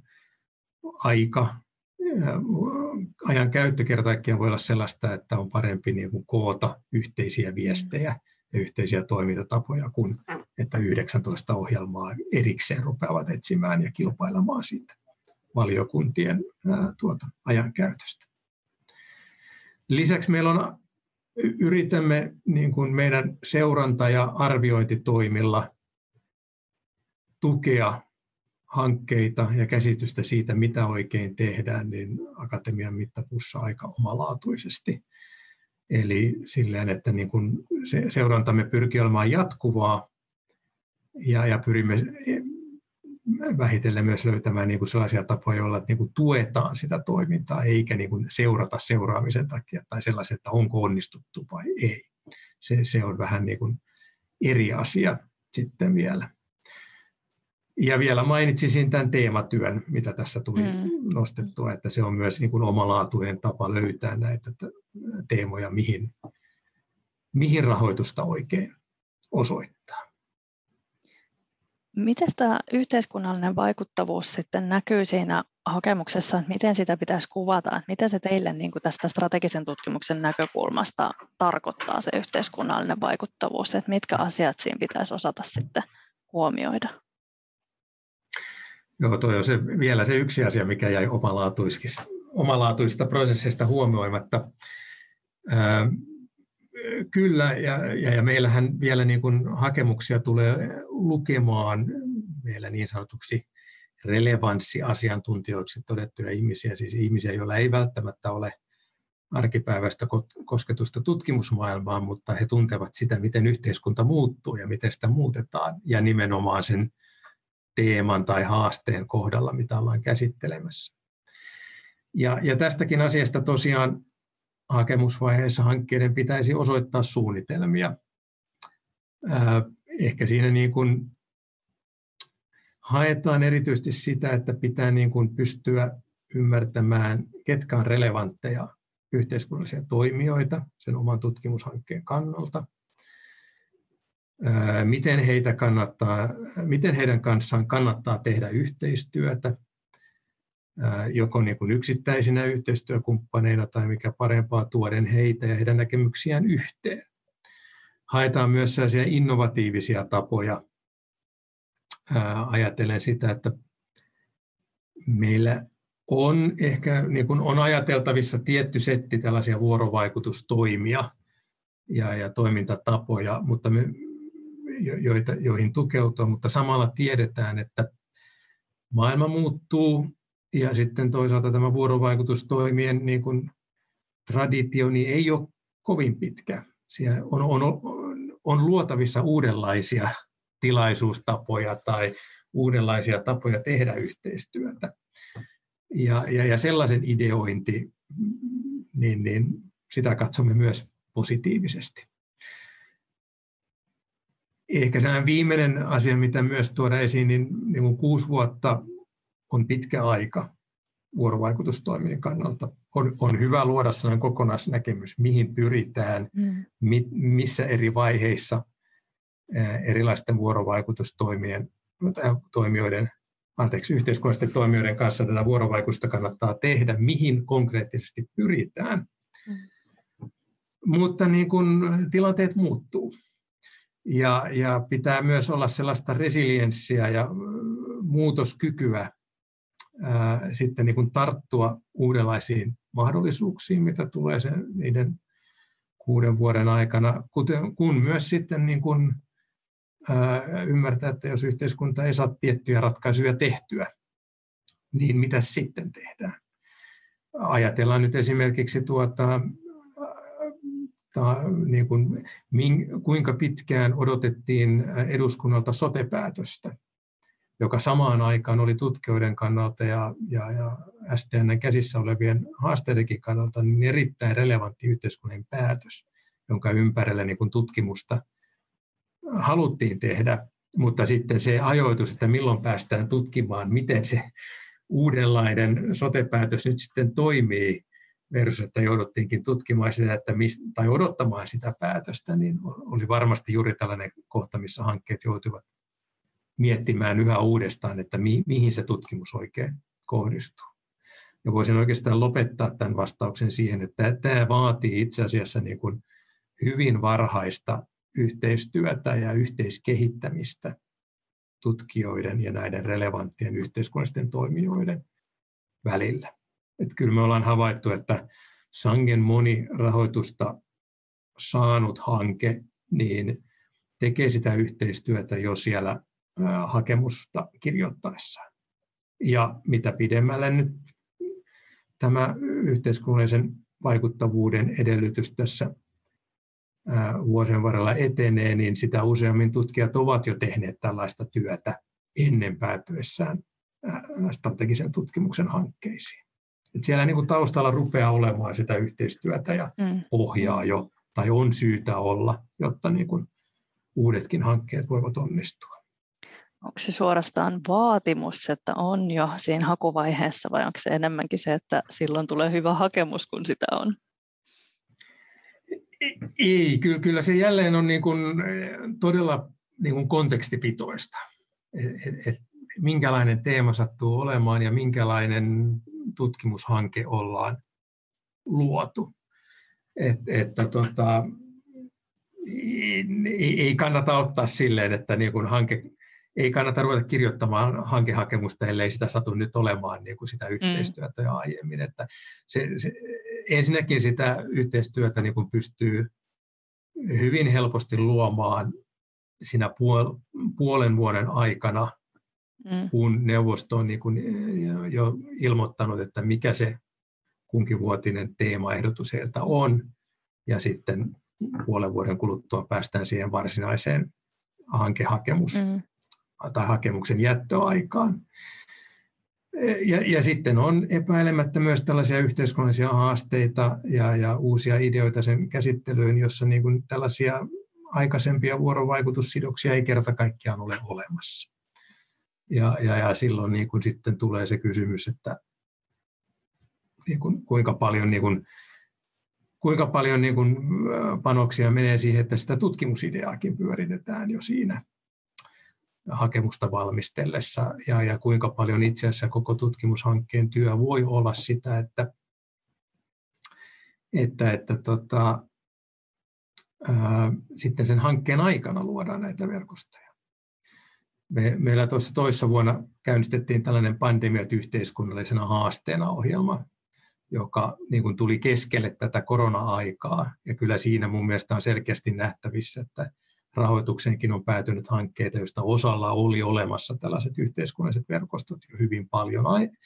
ajan käyttö kerta kaikkiaan voi olla sellaista, että on parempi niin kuin koota yhteisiä viestejä ja yhteisiä toimintatapoja kuin että 19 ohjelmaa erikseen rupeavat etsimään ja kilpailemaan siitä valiokuntien ajankäytöstä. Lisäksi meillä yritämme niin kuin meidän seuranta- ja arviointitoimilla tukea hankkeita ja käsitystä siitä, mitä oikein tehdään, niin akatemian mittapuussa aika omalaatuisesti. Eli silleen, että niin kun seurantamme pyrkii olemaan jatkuvaa ja pyrimme vähitellen myös löytämään niin kun sellaisia tapoja, joilla niin kun tuetaan sitä toimintaa, eikä niin kun seurata seuraamisen takia tai sellaisia, että onko onnistuttu vai ei. Se on vähän niin kun eri asia sitten vielä. Ja vielä mainitsisin tämän teematyön, mitä tässä tuli nostettua, että se on myös niin kuin omalaatuinen tapa löytää näitä teemoja, mihin rahoitusta oikein osoittaa. Miten tämä yhteiskunnallinen vaikuttavuus sitten näkyy siinä hakemuksessa, että miten sitä pitäisi kuvata, että mitä se teille niin kuin tästä strategisen tutkimuksen näkökulmasta tarkoittaa se yhteiskunnallinen vaikuttavuus, että mitkä asiat siinä pitäisi osata sitten huomioida? Joo, toi on vielä se yksi asia, mikä jäi omalaatuisista prosesseista huomioimatta. Kyllä, ja meillähän vielä niin kuin hakemuksia tulee lukemaan meillä niin sanotuksi relevanssiasiantuntijoiksi todettuja ihmisiä, siis ihmisiä, joilla ei välttämättä ole arkipäiväistä kosketusta tutkimusmaailmaan, mutta he tuntevat sitä, miten yhteiskunta muuttuu ja miten sitä muutetaan, ja nimenomaan sen teeman tai haasteen kohdalla, mitä ollaan käsittelemässä. Ja tästäkin asiasta tosiaan hakemusvaiheessa hankkeiden pitäisi osoittaa suunnitelmia. Ehkä siinä niin kuin haetaan erityisesti sitä, että pitää niin kuin pystyä ymmärtämään, ketkä on relevantteja yhteiskunnallisia toimijoita sen oman tutkimushankkeen kannalta. Miten heidän kanssaan kannattaa tehdä yhteistyötä, joko niin kuin yksittäisinä yhteistyökumppaneina tai mikä parempaa tuoden heitä ja heidän näkemyksiään yhteen. Haetaan myös sellaisia innovatiivisia tapoja. Ajatellen sitä, että meillä on ehkä niin kuin on ajateltavissa tietty setti tällaisia vuorovaikutustoimia ja toimintatapoja, mutta joihin tukeutua, mutta samalla tiedetään, että maailma muuttuu ja sitten toisaalta tämä vuorovaikutustoimien niin kuin traditio niin ei ole kovin pitkä. Siellä on luotavissa uudenlaisia tilaisuustapoja tai uudenlaisia tapoja tehdä yhteistyötä. Ja sellaisen ideointi, niin sitä katsomme myös positiivisesti. Ehkä sellainen viimeinen asia, mitä myös tuoda esiin, niin 6 vuotta on pitkä aika vuorovaikutustoimien kannalta on hyvä luoda sellainen kokonaisnäkemys, mihin pyritään, missä eri vaiheissa erilaisten yhteiskunnallisten toimijoiden kanssa tätä vuorovaikutusta kannattaa tehdä, mihin konkreettisesti pyritään. Mutta niin kun tilanteet muuttuu ja pitää myös olla sellaista resilienssiä ja muutoskykyä sitten niin kun tarttua uudenlaisiin mahdollisuuksiin, mitä tulee niiden 6 vuoden aikana, kun myös sitten niin kun ymmärtää, että jos yhteiskunta ei saa tiettyjä ratkaisuja tehtyä, niin mitä sitten tehdään? Ajatellaan nyt esimerkiksi niin kuin, kuinka pitkään odotettiin eduskunnalta sote-päätöstä, joka samaan aikaan oli tutkijoiden kannalta ja STN:n käsissä olevien haasteidenkin kannalta niin erittäin relevantti yhteiskunnan päätös, jonka ympärillä niin kuin tutkimusta haluttiin tehdä, mutta sitten se ajoitus, että milloin päästään tutkimaan, miten se uudenlainen sote-päätös nyt sitten toimii, versus että jouduttiinkin tutkimaan sitä, tai odottamaan sitä päätöstä, niin oli varmasti juuri tällainen kohta, missä hankkeet joutuivat miettimään yhä uudestaan, että mihin se tutkimus oikein kohdistuu. Ja voisin oikeastaan lopettaa tämän vastauksen siihen, että tämä vaatii itse asiassa niin kuin hyvin varhaista yhteistyötä ja yhteiskehittämistä tutkijoiden ja näiden relevanttien yhteiskunnallisten toimijoiden välillä. Että kyllä me ollaan havaittu, että sangen moni rahoitusta saanut hanke niin tekee sitä yhteistyötä jo siellä hakemusta kirjoittaessaan. Ja mitä pidemmälle nyt tämä yhteiskunnallisen vaikuttavuuden edellytys tässä vuosien varrella etenee, niin sitä useammin tutkijat ovat jo tehneet tällaista työtä ennen päätyessään strategisen tutkimuksen hankkeisiin. Et siellä niin kuin taustalla rupeaa olemaan sitä yhteistyötä ja pohjaa jo, tai on syytä olla, jotta niin kuin uudetkin hankkeet voivat onnistua. Onko se suorastaan vaatimus, että on jo siinä hakuvaiheessa, vai onko se enemmänkin se, että silloin tulee hyvä hakemus, kun sitä on? Ei, kyllä se jälleen on niin kuin todella niin kuin kontekstipitoista. Minkälainen teema sattuu olemaan ja minkälainen tutkimushanke ollaan luotu. Ei kannata ottaa silleen, että niin kuin ei kannata ruveta kirjoittamaan hankehakemusta, ellei sitä satu nyt olemaan niin kuin sitä yhteistyötä jo aiemmin. Että ensinnäkin sitä yhteistyötä niin kuin pystyy hyvin helposti luomaan siinä puolen vuoden aikana, kun neuvosto on niin kuin jo ilmoittanut, että mikä se kunkinvuotinen teemaehdotus heiltä on, ja sitten puolen vuoden kuluttua päästään siihen varsinaiseen tai hakemuksen jättöaikaan. Ja sitten on epäilemättä myös tällaisia yhteiskunnallisia haasteita ja uusia ideoita sen käsittelyyn, jossa niin kuin tällaisia aikaisempia vuorovaikutussidoksia ei kerta kaikkiaan ole olemassa. Ja silloin niin kuin sitten tulee se kysymys, että niin kuin, kuinka paljon niin kuin panoksia menee siihen, että sitä tutkimusideaakin pyöritetään jo siinä hakemusta valmistellessa, ja kuinka paljon itse asiassa koko tutkimushankkeen työ voi olla sitä, että sitten sen hankkeen aikana luodaan näitä verkostoja. Meillä tuossa toissa vuonna käynnistettiin tällainen Pandemiat yhteiskunnallisena haasteena -ohjelma, joka niin kuin tuli keskelle tätä korona-aikaa, ja kyllä siinä mun mielestä on selkeästi nähtävissä, että rahoitukseenkin on päätynyt hankkeita, joista osalla oli olemassa tällaiset yhteiskunnalliset verkostot jo hyvin paljon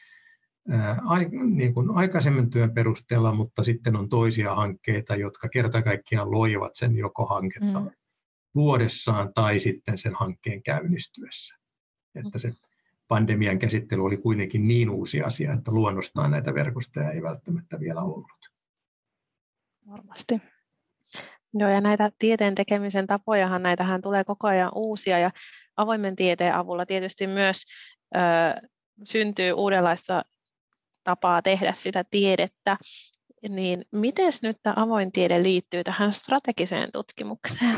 niin kuin aikaisemmin työn perusteella, mutta sitten on toisia hankkeita, jotka kerta kaikkiaan loivat sen joko hanketta luodessaan tai sitten sen hankkeen käynnistyessä. Että se pandemian käsittely oli kuitenkin niin uusi asia, että luonnostaan näitä verkostoja ei välttämättä vielä ollut. Varmasti. Joo, ja näitä tieteen tekemisen tapojahan, näitähän tulee koko ajan uusia, ja avoimen tieteen avulla tietysti myös syntyy uudenlaista tapaa tehdä sitä tiedettä, niin miten nyt tämä avoin tiede liittyy tähän strategiseen tutkimukseen?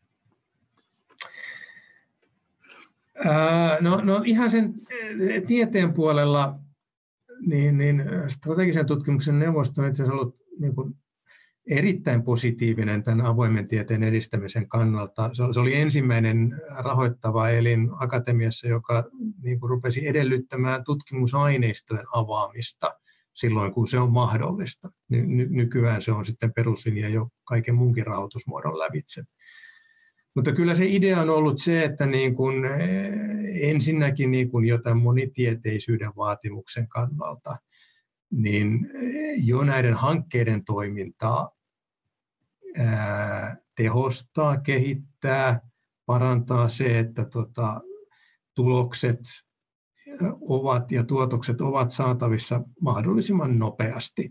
No ihan sen tieteen puolella niin strategisen tutkimuksen neuvosto on itse asiassa ollut niin kuin erittäin positiivinen tämän avoimen tieteen edistämisen kannalta. Se oli ensimmäinen rahoittava elin akatemiassa, joka niin kuin rupesi edellyttämään tutkimusaineistojen avaamista silloin, kun se on mahdollista. Nykyään se on sitten peruslinja jo kaiken muunkin rahoitusmuodon lävitse. Mutta kyllä se idea on ollut se, että niin kuin ensinnäkin niin kuin jo tämän monitieteisyyden vaatimuksen kannalta, niin jo näiden hankkeiden toimintaa tehostaa, kehittää, parantaa se, että tulokset ovat ja tuotokset ovat saatavissa mahdollisimman nopeasti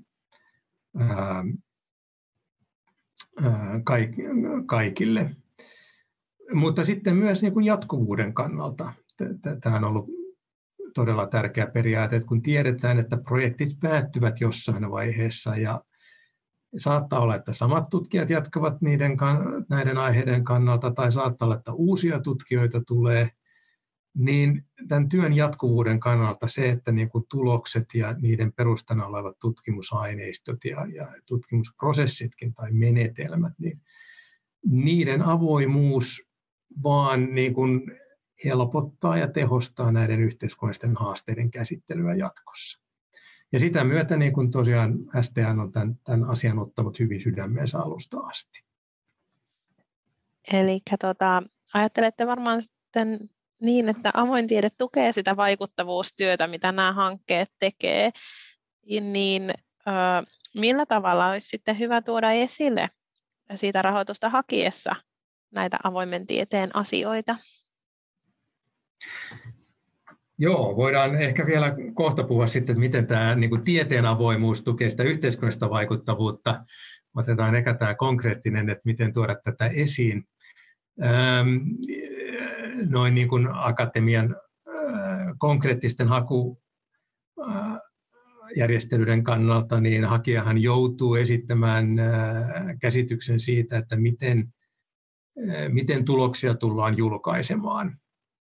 kaikille. Mutta sitten myös niin kuin jatkuvuuden kannalta tämä on ollut todella tärkeä periaate, että kun tiedetään, että projektit päättyvät jossain vaiheessa ja saattaa olla, että samat tutkijat jatkavat näiden aiheiden kannalta tai saattaa olla, että uusia tutkijoita tulee, niin tämän työn jatkuvuuden kannalta se, että niin kuin tulokset ja niiden perustana olevat tutkimusaineistot ja tutkimusprosessitkin tai menetelmät, niin niiden avoimuus vaan niin kuin helpottaa ja tehostaa näiden yhteiskunnallisten haasteiden käsittelyä jatkossa. Ja sitä myötä niin kuin tosiaan STN on tämän asian ottanut hyvin sydämeensä alusta asti. Eli ajattelette varmaan sitten niin, että avoin tiede tukee sitä vaikuttavuustyötä, mitä nämä hankkeet tekee, niin millä tavalla olisi sitten hyvä tuoda esille siitä rahoitusta hakiessa näitä avoimen tieteen asioita? Joo, voidaan ehkä vielä kohta puhua sitten, että miten tämä niin kuin tieteen avoimuus tukee sitä yhteiskunnallista vaikuttavuutta. Otetaan eka tämä konkreettinen, että miten tuoda tätä esiin. Noin niin kuin akatemian konkreettisten hakujärjestelyiden kannalta, niin hakijahan joutuu esittämään käsityksen siitä, että miten tuloksia tullaan julkaisemaan.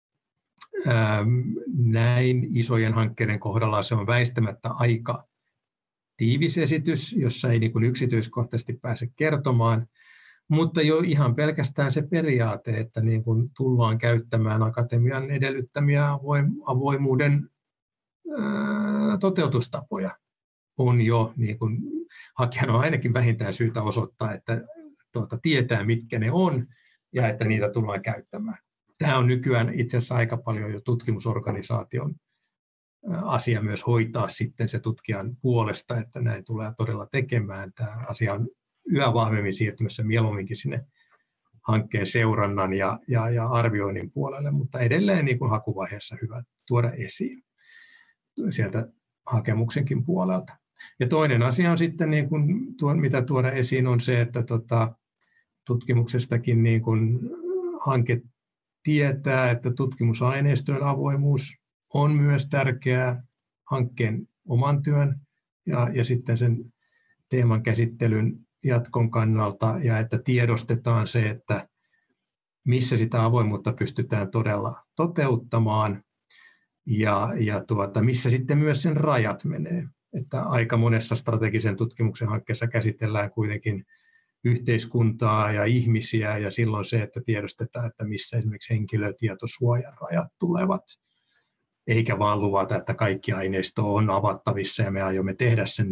Näin isojen hankkeiden kohdalla se on väistämättä aika tiivis esitys, jossa ei niin kuin yksityiskohtaisesti pääse kertomaan, mutta jo ihan pelkästään se periaate, että niin kuin tullaan käyttämään akatemian edellyttämiä avoimuuden toteutustapoja, on jo niin kuin hakijan on ainakin vähintään syytä osoittaa, että tietää mitkä ne on ja että niitä tullaan käyttämään. Tämä on nykyään itse asiassa aika paljon jo tutkimusorganisaation asia myös hoitaa sitten se tutkijan puolesta, että näin tulee todella tekemään. Tämä asia on yhä vahvemmin siirtymässä mieluumminkin sinne hankkeen seurannan ja arvioinnin puolelle, mutta edelleen niin kuin hakuvaiheessa hyvä tuoda esiin sieltä hakemuksenkin puolelta. Ja toinen asia on sitten, niin kuin mitä tuoda esiin, on se, että tutkimuksestakin niin kuin hanke tietää, että tutkimusaineistojen avoimuus on myös tärkeää hankkeen oman työn ja sitten sen teeman käsittelyn jatkon kannalta, ja että tiedostetaan se, että missä sitä avoimuutta pystytään todella toteuttamaan ja missä sitten myös sen rajat menee. Että aika monessa strategisen tutkimuksen hankkeessa käsitellään kuitenkin yhteiskuntaa ja ihmisiä, ja silloin se, että tiedostetaan, että missä esimerkiksi henkilötietosuojan rajat tulevat, eikä vaan luvata, että kaikki aineisto on avattavissa ja me aiomme tehdä sen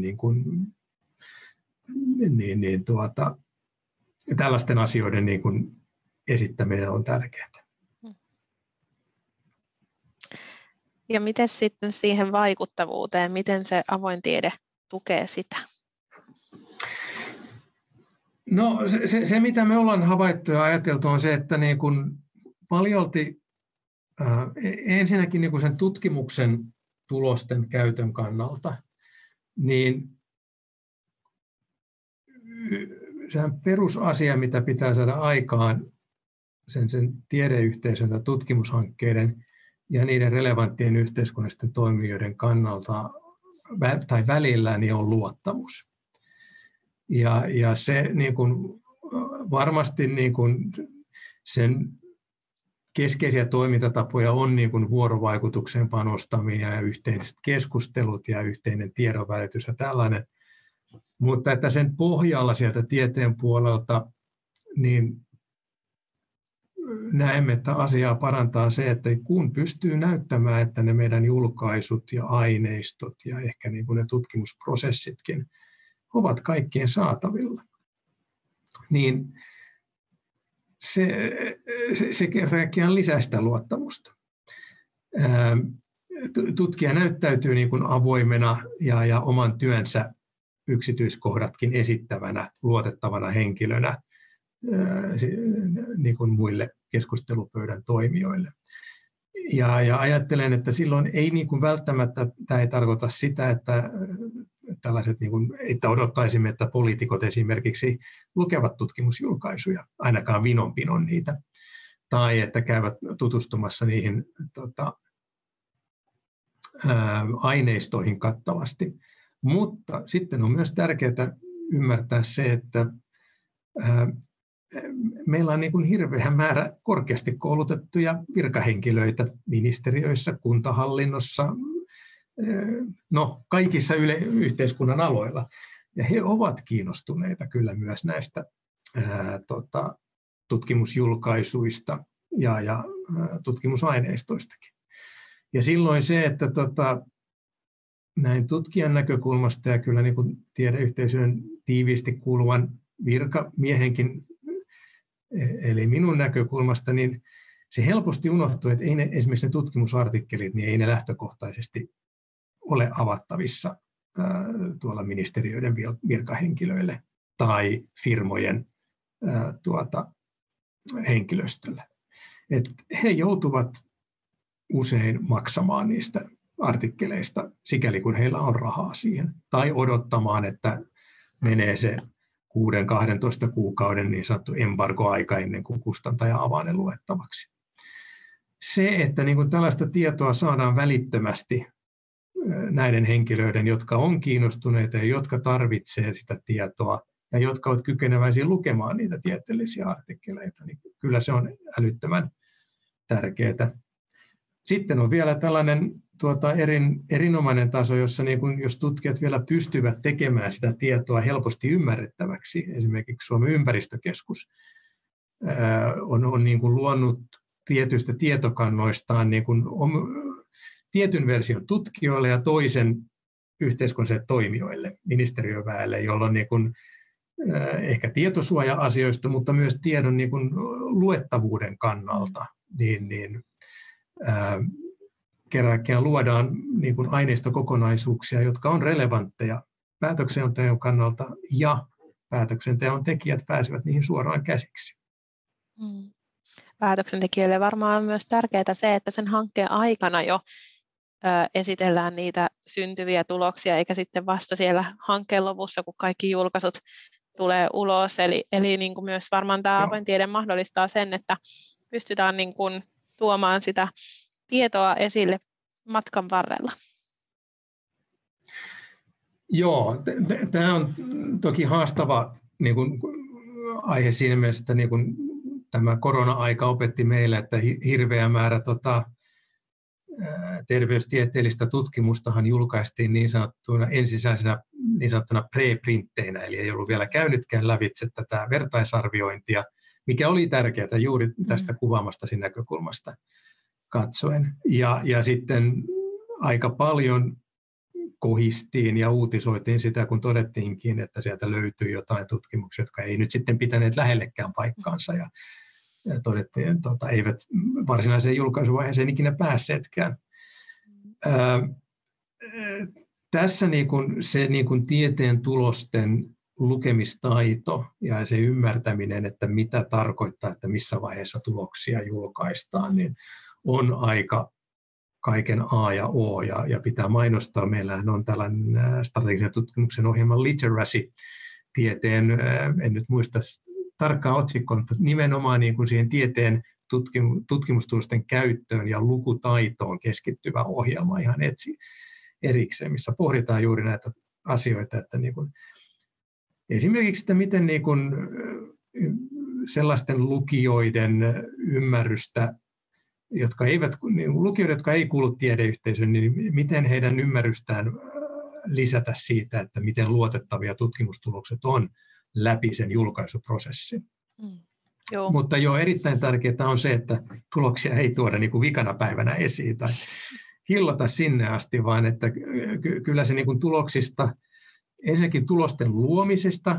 tällaisten asioiden niin kuin esittäminen on tärkeää. Ja miten sitten siihen vaikuttavuuteen, miten se avoin tiede tukee sitä? No se mitä me ollaan havaittu ja ajateltu on se, että niin kuin paljolti ensinnäkin niin kuin sen tutkimuksen tulosten käytön kannalta, niin sehän perusasia, mitä pitää saada aikaan sen tiedeyhteisön tai tutkimushankkeiden ja niiden relevanttien yhteiskunnallisten toimijoiden kannalta, tai välillä niin on luottamus. Ja se niin kuin, varmasti niin kuin sen keskeisiä toimintatapoja on niin kuin vuorovaikutukseen panostaminen ja yhteiset keskustelut ja yhteinen tiedonvälitys ja tällainen. Mutta että sen pohjalla sieltä tieteen puolelta niin näemme, että asiaa parantaa se, että kun pystyy näyttämään, että ne meidän julkaisut ja aineistot ja ehkä niin kuin ne tutkimusprosessitkin ovat kaikkien saatavilla, niin se kerta kaikkiaan lisää sitä luottamusta. Tutkija näyttäytyy niin kuin avoimena ja oman työnsä yksityiskohdatkin esittävänä, luotettavana henkilönä niin kuin muille keskustelupöydän toimijoille. Ja ajattelen, että silloin ei niin kuin välttämättä, tämä ei tarkoita sitä, että tällaiset, niin kuin, että odottaisimme, että poliitikot esimerkiksi lukevat tutkimusjulkaisuja, ainakaan vinonpinon niitä, tai että käyvät tutustumassa niihin aineistoihin kattavasti. Mutta sitten on myös tärkeää ymmärtää se, että meillä on niin kuin hirveä määrä korkeasti koulutettuja virkahenkilöitä ministeriöissä, kuntahallinnossa, kaikissa yhteiskunnan aloilla. Ja he ovat kiinnostuneita kyllä myös näistä tutkimusjulkaisuista ja tutkimusaineistoistakin. Ja silloin se, että näin tutkijan näkökulmasta ja kyllä niin kuin tiedeyhteisön tiiviisti kuuluvan virkamiehenkin, eli minun näkökulmasta, niin se helposti unohtuu, että ei ne, esimerkiksi ne tutkimusartikkelit, niin ei ne lähtökohtaisesti ole avattavissa tuolla ministeriöiden virkahenkilöille tai firmojen henkilöstölle. Et he joutuvat usein maksamaan niistä artikkeleista, sikäli kun heillä on rahaa siihen, tai odottamaan, että menee se 6-12 kuukauden niin sanottu embargo-aika ennen kuin kustantaja avaa ne luettavaksi. Se, että niin kuin tällaista tietoa saadaan välittömästi näiden henkilöiden, jotka on kiinnostuneita ja jotka tarvitsevat sitä tietoa ja jotka ovat kykeneväisiä lukemaan niitä tieteellisiä artikkeleita, niin kyllä se on älyttömän tärkeää. Sitten on vielä tällainen erinomainen taso, jossa niin kun, jos tutkijat vielä pystyvät tekemään sitä tietoa helposti ymmärrettäväksi, esimerkiksi Suomen ympäristökeskus on niin kun luonut tietyistä tietokannoistaan niin kun tietyn version tutkijoille ja toisen yhteiskunnallisille toimijoille, ministeriöväelle, jolloin niin kun, ehkä tietosuoja-asioista, mutta myös tiedon niin kun luettavuuden kannalta, kerrankin luodaan niin kuin aineistokokonaisuuksia, jotka on relevantteja päätöksenteon kannalta, ja päätöksenteon tekijät pääsevät niihin suoraan käsiksi. Päätöksentekijöille varmaan on myös tärkeää se, että sen hankkeen aikana jo esitellään niitä syntyviä tuloksia, eikä sitten vasta siellä hankkeen lopussa, kun kaikki julkaisut tulee ulos. Eli niin kuin myös varmaan tämä avoin tiede mahdollistaa sen, että pystytään niin kuin tuomaan sitä tietoa esille matkan varrella. Joo, tämä on toki haastava niin kuin, aihe siinä mielessä, että niin kuin, tämä korona-aika opetti meille, että hirveä määrä terveystieteellistä tutkimustahan julkaistiin niin sanottuna ensisijaisena niin sanottuna preprinteinä, eli ei ollut vielä käynytkään lävitse tätä vertaisarviointia, mikä oli tärkeää juuri tästä kuvaamastasi näkökulmasta katsoen. Ja sitten aika paljon kohistiin ja uutisoitiin sitä, kun todettiinkin, että sieltä löytyy jotain tutkimuksia, jotka ei nyt sitten pitäneet lähellekään paikkaansa ja todettiin, että eivät varsinaiseen julkaisuvaiheeseen ikinä päässeetkään. Tässä niin kuin se niin kuin tieteen tulosten lukemistaito ja se ymmärtäminen, että mitä tarkoittaa, että missä vaiheessa tuloksia julkaistaan, niin on aika kaiken A ja O, ja pitää mainostaa. Meillähän on tällainen strategisen tutkimuksen ohjelman literacy-tieteen, en nyt muista tarkkaa otsikkoa, mutta nimenomaan niin kuin siihen tieteen tutkimustulosten käyttöön ja lukutaitoon keskittyvä ohjelma ihan erikseen, missä pohditaan juuri näitä asioita, että niin kuin, esimerkiksi, että miten niin kuin, sellaisten lukijoiden ymmärrystä, lukijoiden, jotka ei kuulu tiedeyhteisöön, niin miten heidän ymmärrystään lisätä siitä, että miten luotettavia tutkimustulokset on läpi sen julkaisuprosessin. Joo. Mutta erittäin tärkeää on se, että tuloksia ei tuoda niin kuin vikana päivänä esiin tai hillota sinne asti, vaan että kyllä se niin kuin tuloksista, ensinnäkin tulosten luomisesta,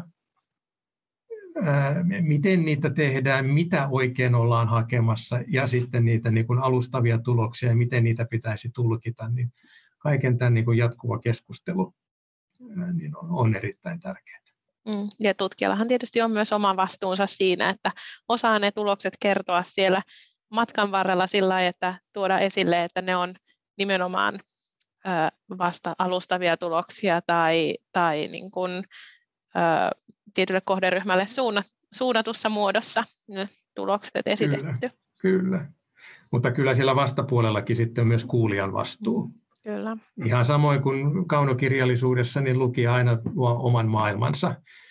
miten niitä tehdään, mitä oikein ollaan hakemassa ja sitten niitä niin kuin alustavia tuloksia ja miten niitä pitäisi tulkita, niin kaiken tämän niin kuin jatkuva keskustelu niin on erittäin tärkeää. Ja tutkijallahan tietysti on myös oma vastuunsa siinä, että osaa ne tulokset kertoa siellä matkan varrella sillä lailla, että tuoda esille, että ne on nimenomaan vasta alustavia tuloksia tai niin kuin, tietylle kohderyhmälle suunnatussa muodossa ne tulokset esitetty. Kyllä. Mutta kyllä siellä vastapuolellakin sitten on myös kuulijan vastuu. Kyllä. Ihan samoin kuin kaunokirjallisuudessa, niin lukija aina luo oman maailmansa.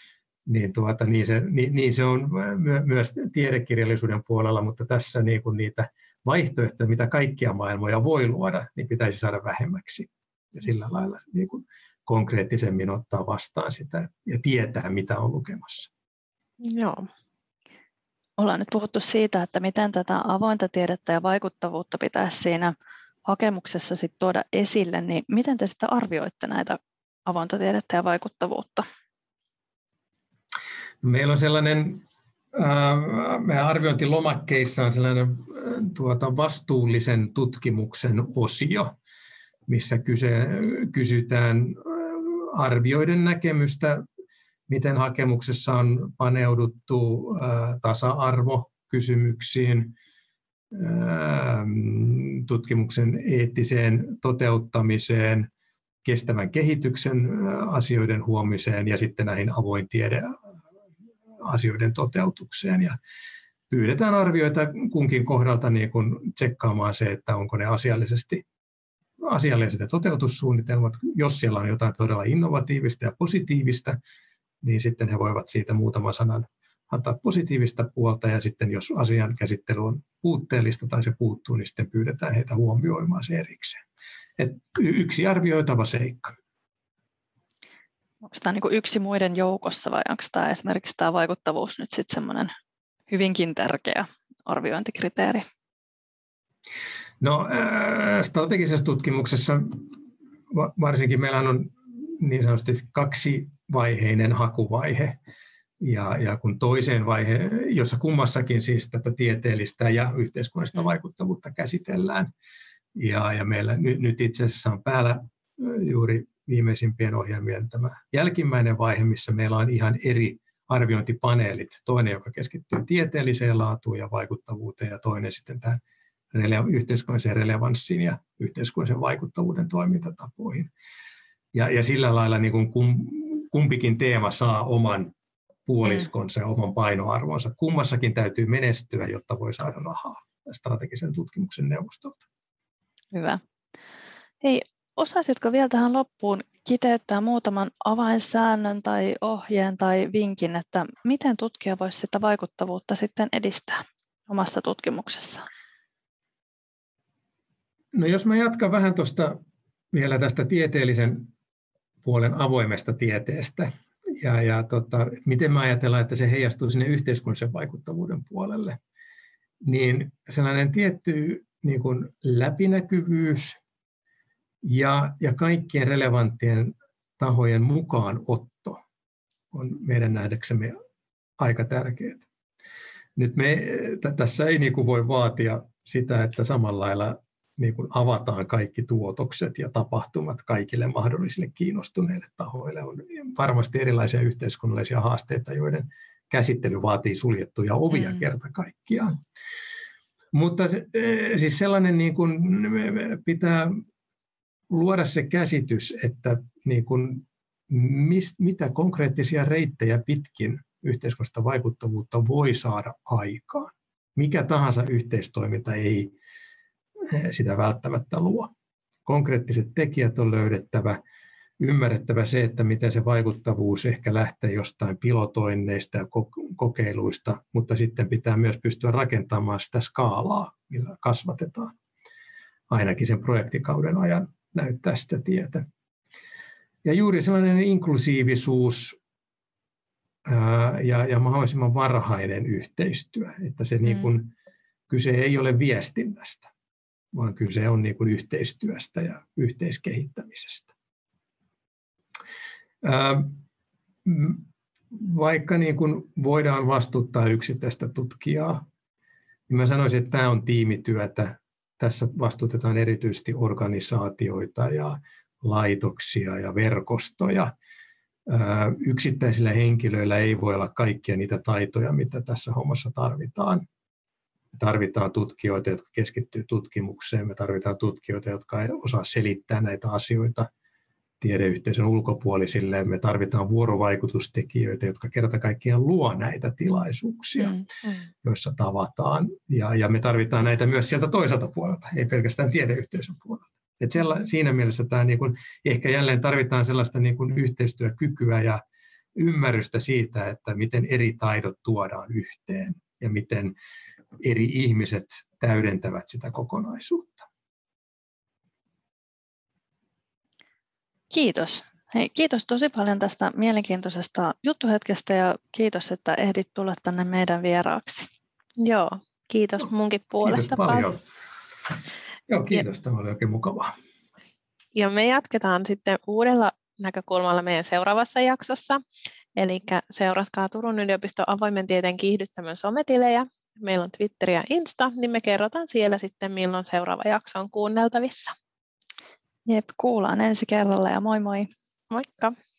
Niin se on myös tiedekirjallisuuden puolella, mutta tässä niin kuin niitä vaihtoehtoja, mitä kaikkia maailmoja voi luoda, niin pitäisi saada vähemmäksi. Ja sillä lailla niin kuin konkreettisemmin ottaa vastaan sitä ja tietää, mitä on lukemassa. Joo. Ollaan nyt puhuttu siitä, että miten tätä avointa tiedettä ja vaikuttavuutta pitäisi siinä hakemuksessa sit tuoda esille, niin miten te sitten arvioitte näitä avointa tiedettä ja vaikuttavuutta? Meillä on sellainen, meidän arviointilomakkeissa on sellainen vastuullisen tutkimuksen osio, missä kysytään arvioiden näkemystä, miten hakemuksessa on paneuduttu tasa-arvokysymyksiin, tutkimuksen eettiseen toteuttamiseen, kestävän kehityksen asioiden huomiseen ja sitten näihin avoin tiede asioiden toteutukseen. Ja pyydetään arvioita kunkin kohdalta niin kuin tsekkaamaan se, että onko ne asialliset toteutussuunnitelmat. Jos siellä on jotain todella innovatiivista ja positiivista, niin sitten he voivat siitä muutaman sanan antaa positiivista puolta, ja sitten jos asian käsittely on puutteellista tai se puuttuu, niin sitten pyydetään heitä huomioimaan se erikseen. Yksi arvioitava seikka. Onko tämä niin yksi muiden joukossa vai onko tämä esimerkiksi tämä vaikuttavuus nyt sitten semmoinen hyvinkin tärkeä arviointikriteeri? No, strategisessa tutkimuksessa varsinkin meillä on niin sanotusti kaksivaiheinen hakuvaihe. Ja kun toiseen vaiheen, jossa kummassakin siis tätä tieteellistä ja yhteiskunnallista vaikuttavuutta käsitellään. Ja meillä nyt itse asiassa on päällä juuri viimeisimpien ohjelmien tämä jälkimmäinen vaihe, missä meillä on ihan eri arviointipaneelit. Toinen, joka keskittyy tieteelliseen laatuun ja vaikuttavuuteen, ja toinen sitten tähän yhteiskunnalliseen relevanssiin ja yhteiskunnallisen vaikuttavuuden toimintatapoihin. Ja sillä lailla niin kuin kumpikin teema saa oman puoliskonsa ja oman painoarvonsa. Kummassakin täytyy menestyä, jotta voi saada rahaa strategisen tutkimuksen neuvostolta. Hyvä. Hei, osaisitko vielä tähän loppuun kiteyttää muutaman avainsäännön tai ohjeen tai vinkin, että miten tutkija voisi sitä vaikuttavuutta sitten edistää omassa tutkimuksessaan? No jos mä jatkan vähän vielä tästä tieteellisen puolen avoimesta tieteestä ja miten mä ajatellaan, että se heijastuu sinne yhteiskunnallisen vaikuttavuuden puolelle, niin sellainen tietty niin kuin läpinäkyvyys ja kaikkien relevanttien tahojen mukaanotto on meidän nähdäksemme aika tärkeää. Nyt tässä ei niin kuin voi vaatia sitä, että samalla lailla niin kuin avataan kaikki tuotokset ja tapahtumat kaikille mahdollisille kiinnostuneille tahoille. On varmasti erilaisia yhteiskunnallisia haasteita, joiden käsittely vaatii suljettuja ovia kerta kaikkiaan. Mutta siis sellainen niin kuin pitää luoda se käsitys, että niin kuin mitä konkreettisia reittejä pitkin yhteiskunnallista vaikuttavuutta voi saada aikaan. Mikä tahansa yhteistoiminta ei sitä välttämättä luo. konkreettiset tekijät on löydettävä, ymmärrettävä se, että miten se vaikuttavuus ehkä lähtee jostain pilotoinneista ja kokeiluista, mutta sitten pitää myös pystyä rakentamaan sitä skaalaa, millä kasvatetaan. Ainakin sen projektikauden ajan näyttää sitä tietä. Ja juuri sellainen inklusiivisuus ja mahdollisimman varhainen yhteistyö, että se niin kuin, kyse ei ole viestinnästä, vaan kyse on niin kuin yhteistyöstä ja yhteiskehittämisestä. Vaikka niin kuin voidaan vastuuttaa yksittäistä tutkijaa, niin mä sanoisin, että tämä on tiimityötä. Tässä vastuutetaan erityisesti organisaatioita ja laitoksia ja verkostoja. Yksittäisillä henkilöillä ei voi olla kaikkia niitä taitoja, mitä tässä hommassa tarvitaan. Me tarvitaan tutkijoita, jotka keskittyvät tutkimukseen. Me tarvitaan tutkijoita, jotka ei osaa selittää näitä asioita tiedeyhteisön ulkopuolisille. Me tarvitaan vuorovaikutustekijöitä, jotka kerta kaikkiaan luo näitä tilaisuuksia, joissa tavataan. Ja me tarvitaan näitä myös sieltä toiselta puolelta, ei pelkästään tiedeyhteisön puolelta. Siinä mielessä tämä niin kuin, ehkä jälleen tarvitaan sellaista niin kuin yhteistyökykyä ja ymmärrystä siitä, että miten eri taidot tuodaan yhteen ja miten eri ihmiset täydentävät sitä kokonaisuutta. Kiitos. Hei, kiitos tosi paljon tästä mielenkiintoisesta juttuhetkestä ja kiitos, että ehdit tulla tänne meidän vieraaksi. Joo, kiitos munkin puolesta. Kiitos paljon. Joo, kiitos. Tämä oli oikein mukavaa. Ja me jatketaan sitten uudella näkökulmalla meidän seuraavassa jaksossa. Eli seuratkaa Turun yliopiston avoimen tieteen kiihdyttämön sometilejä. Meillä on Twitter ja Insta, niin me kerrotaan siellä sitten, milloin seuraava jakso on kuunneltavissa. Jep, kuullaan ensi kerralla ja moi moi. Moikka!